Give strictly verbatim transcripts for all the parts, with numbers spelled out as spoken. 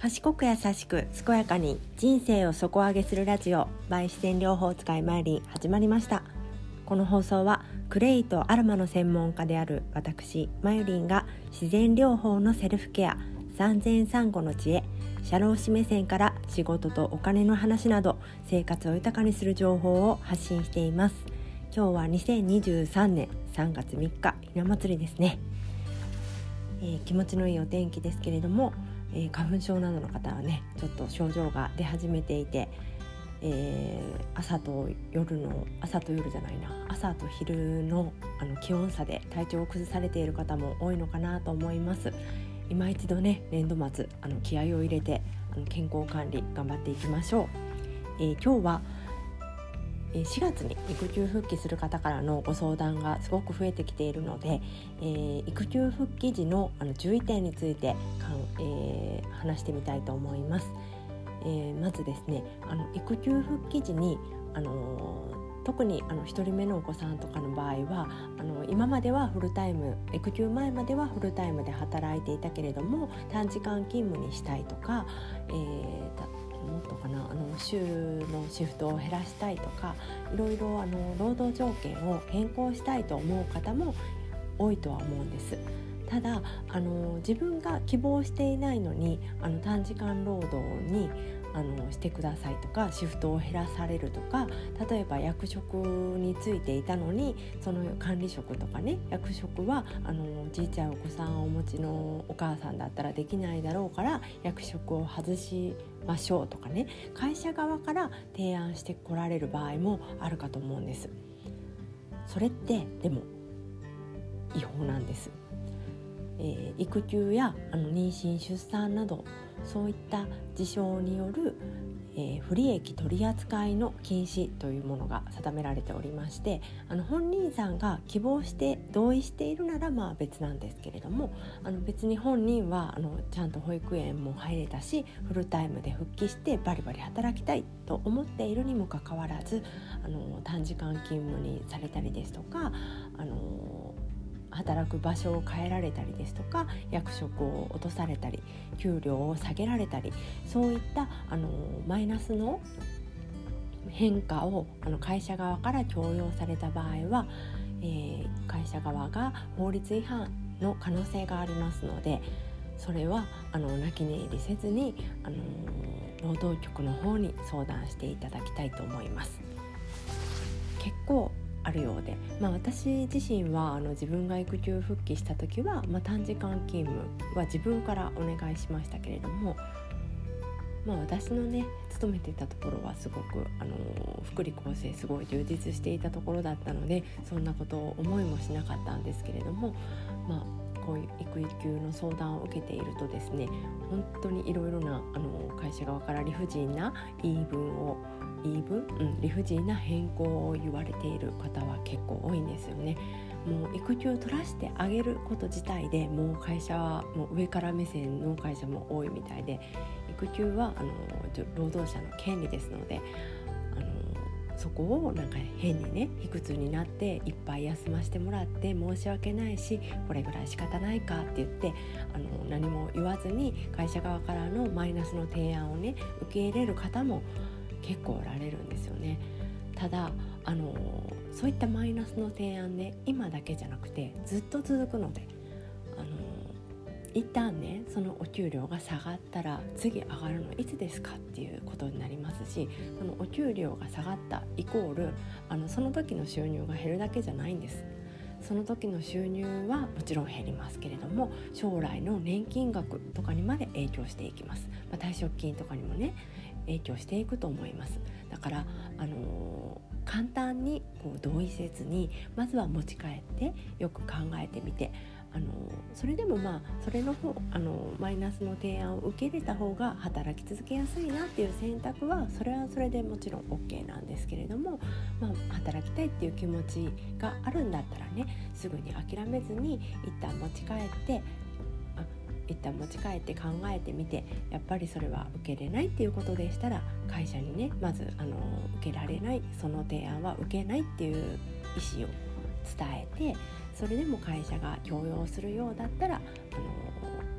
賢く優しく健やかに人生を底上げするラジオ by 自然療法使いマイリン始まりました。この放送はクレイとアロマの専門家である私マユリンが自然療法のセルフケア、産前産後の知恵、社労士目線から仕事とお金の話など生活を豊かにする情報を発信しています。今日はにせんにじゅうさんねんさんがつみっか、ひな祭りですね。えー、気持ちのいいお天気ですけれども、えー、花粉症などの方はねちょっと症状が出始めていて、えー、朝と夜の朝と夜じゃないな朝と昼の、あの気温差で体調を崩されている方も多いのかなと思います。今一度ね年度末あの気合を入れてあの健康管理頑張っていきましょう。えー、今日はしがつに育休復帰する方からのご相談がすごく増えてきているので、えー、育休復帰時の、あの注意点についてかん、えー、話してみたいと思います。えー、まずですねあの育休復帰時に、あのー、特にあのひとりめのお子さんとかの場合はあの今まではフルタイム育休前まではフルタイムで働いていたけれども短時間勤務にしたいとか、えーもっとかなあの週のシフトを減らしたいとかいろいろあの労働条件を変更したいと思う方も多いとは思うんです。ただあの自分が希望していないのにあの短時間労働にあのしてくださいとかシフトを減らされるとか、例えば役職についていたのにその管理職とかね役職はあのじいちゃんお子さんをお持ちのお母さんだったらできないだろうから役職を外しましょうとかね会社側から提案してこられる場合もあるかと思うんです。それってでも違法なんです。えー、育休やあの妊娠出産などそういった事象による、えー、不利益取扱いの禁止というものが定められておりまして、あの本人さんが希望して同意しているならまあ別なんですけれども、あの別に本人はあのちゃんと保育園も入れたしフルタイムで復帰してバリバリ働きたいと思っているにもかかわらずあの短時間勤務にされたりですとかあの働く場所を変えられたりですとか役職を落とされたり給料を下げられたりそういったあのマイナスの変化をあの会社側から強要された場合は、えー、会社側が法律違反の可能性がありますので、それはあの泣き寝入りせずにあの労働局の方に相談していただきたいと思います。結構あるようで、まあ、私自身はあの自分が育休復帰した時は、まあ、短時間勤務は自分からお願いしましたけれども、まあ、私のね勤めていたところはすごくあの福利厚生すごい充実していたところだったのでそんなことを思いもしなかったんですけれども、まあこういう育休の相談を受けているとですね本当にいろいろなあの会社側から理不尽な言い分を言い分、うん、理不尽な変更を言われている方は結構多いんですよね。もう育休を取らせてあげること自体でもう会社はもう上から目線の会社も多いみたいで、育休はあの労働者の権利ですのであのそこをなんか変にね卑屈になっていっぱい休ませてもらって申し訳ないしこれぐらい仕方ないかって言ってあの何も言わずに会社側からのマイナスの提案をね受け入れる方も結構おられるんですよね。ただあのそういったマイナスの提案ね今だけじゃなくてずっと続くのであの一旦ねそのお給料が下がったら次上がるのいつですかっていうことになりますし、そのお給料が下がったイコールあのその時の収入が減るだけじゃないんです。その時の収入はもちろん減りますけれども将来の年金額とかにまで影響していきます。まあ、退職金とかにもね影響していくと思います。だからあのー、簡単にこう同意せずにまずは持ち帰ってよく考えてみてあのー、それでもまあそれの方あのー、マイナスの提案を受け入れた方が働き続けやすいなっていう選択はそれはそれでもちろん OK なんですけれども、まあ、働きたいっていう気持ちがあるんだったらねすぐに諦めずに一旦持ち帰って一旦持ち帰って考えてみてやっぱりそれは受けれないっていうことでしたら会社にねまずあの受けられないその提案は受けないっていう意思を伝えて、それでも会社が強要するようだったらあの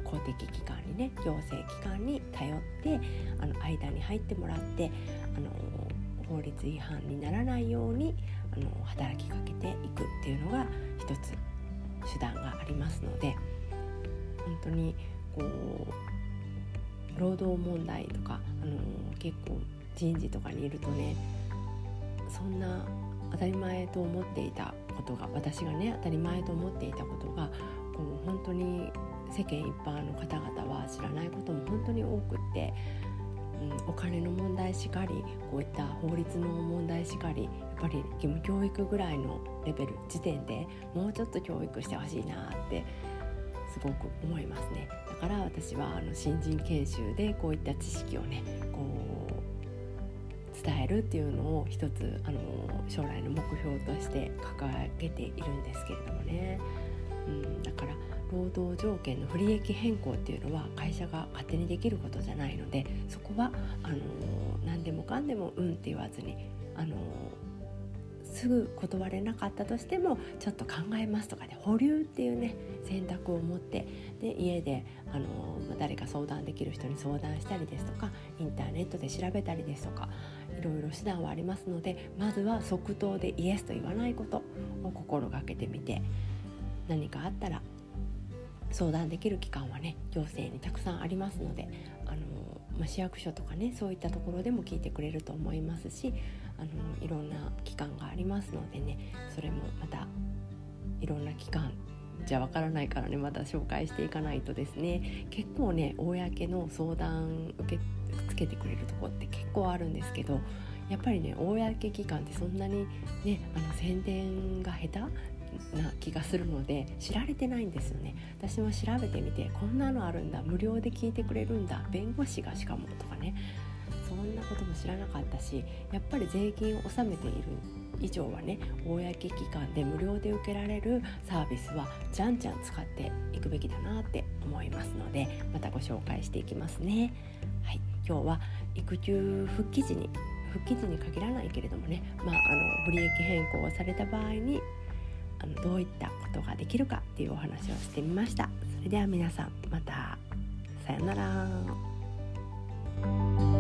公的機関にね行政機関に頼ってあの間に入ってもらってあの法律違反にならないようにあの働きかけていくっていうのが一つ手段がありますので、本当にこう労働問題とかあの結構人事とかにいるとね、そんな当たり前と思っていたことが、私がね当たり前と思っていたことがこう本当に世間一般の方々は知らないことも本当に多くって、うん、お金の問題しかり、こういった法律の問題しかり、やっぱり義務教育ぐらいのレベル時点でもうちょっと教育してほしいなってすごく思いますね。だから私はあの新人研修でこういった知識をねこう伝えるっていうのを一つあの将来の目標として掲げているんですけれどもね、うん、だから労働条件の不利益変更っていうのは会社が勝手にできることじゃないので、そこはあの何でもかんでもうんって言わずにあのすぐ断れなかったとしてもちょっと考えますとかで保留っていうね選択を持って、で家であの誰か相談できる人に相談したりですとか、インターネットで調べたりですとか、いろいろ手段はありますので、まずは即答でイエスと言わないことを心がけてみて、何かあったら相談できる機関はね行政にたくさんありますので、あの、まあ、市役所とかねそういったところでも聞いてくれると思いますし、あのいろんな機関がありますのでね、それもまたいろんな機関じゃわからないからね、また紹介していかないとですね、結構ね公の相談受け付けてくれるとこって結構あるんですけど、やっぱりね公機関ってそんなにねあの宣伝が下手な気がするので知られてないんですよね。私も調べてみて、こんなのあるんだ、無料で聞いてくれるんだ、弁護士がしかもとかね、そんなことも知らなかったし、やっぱり税金を納めている以上はね公機関で無料で受けられるサービスはじゃんじゃん使っていくべきだなって思いますので、またご紹介していきますね。はい、今日は育休復帰時に復帰時に限らないけれどもね、まあ、あの不利益変更をされた場合にあのどういったことができるかっていうお話をしてみました。それでは皆さんまたさよなら。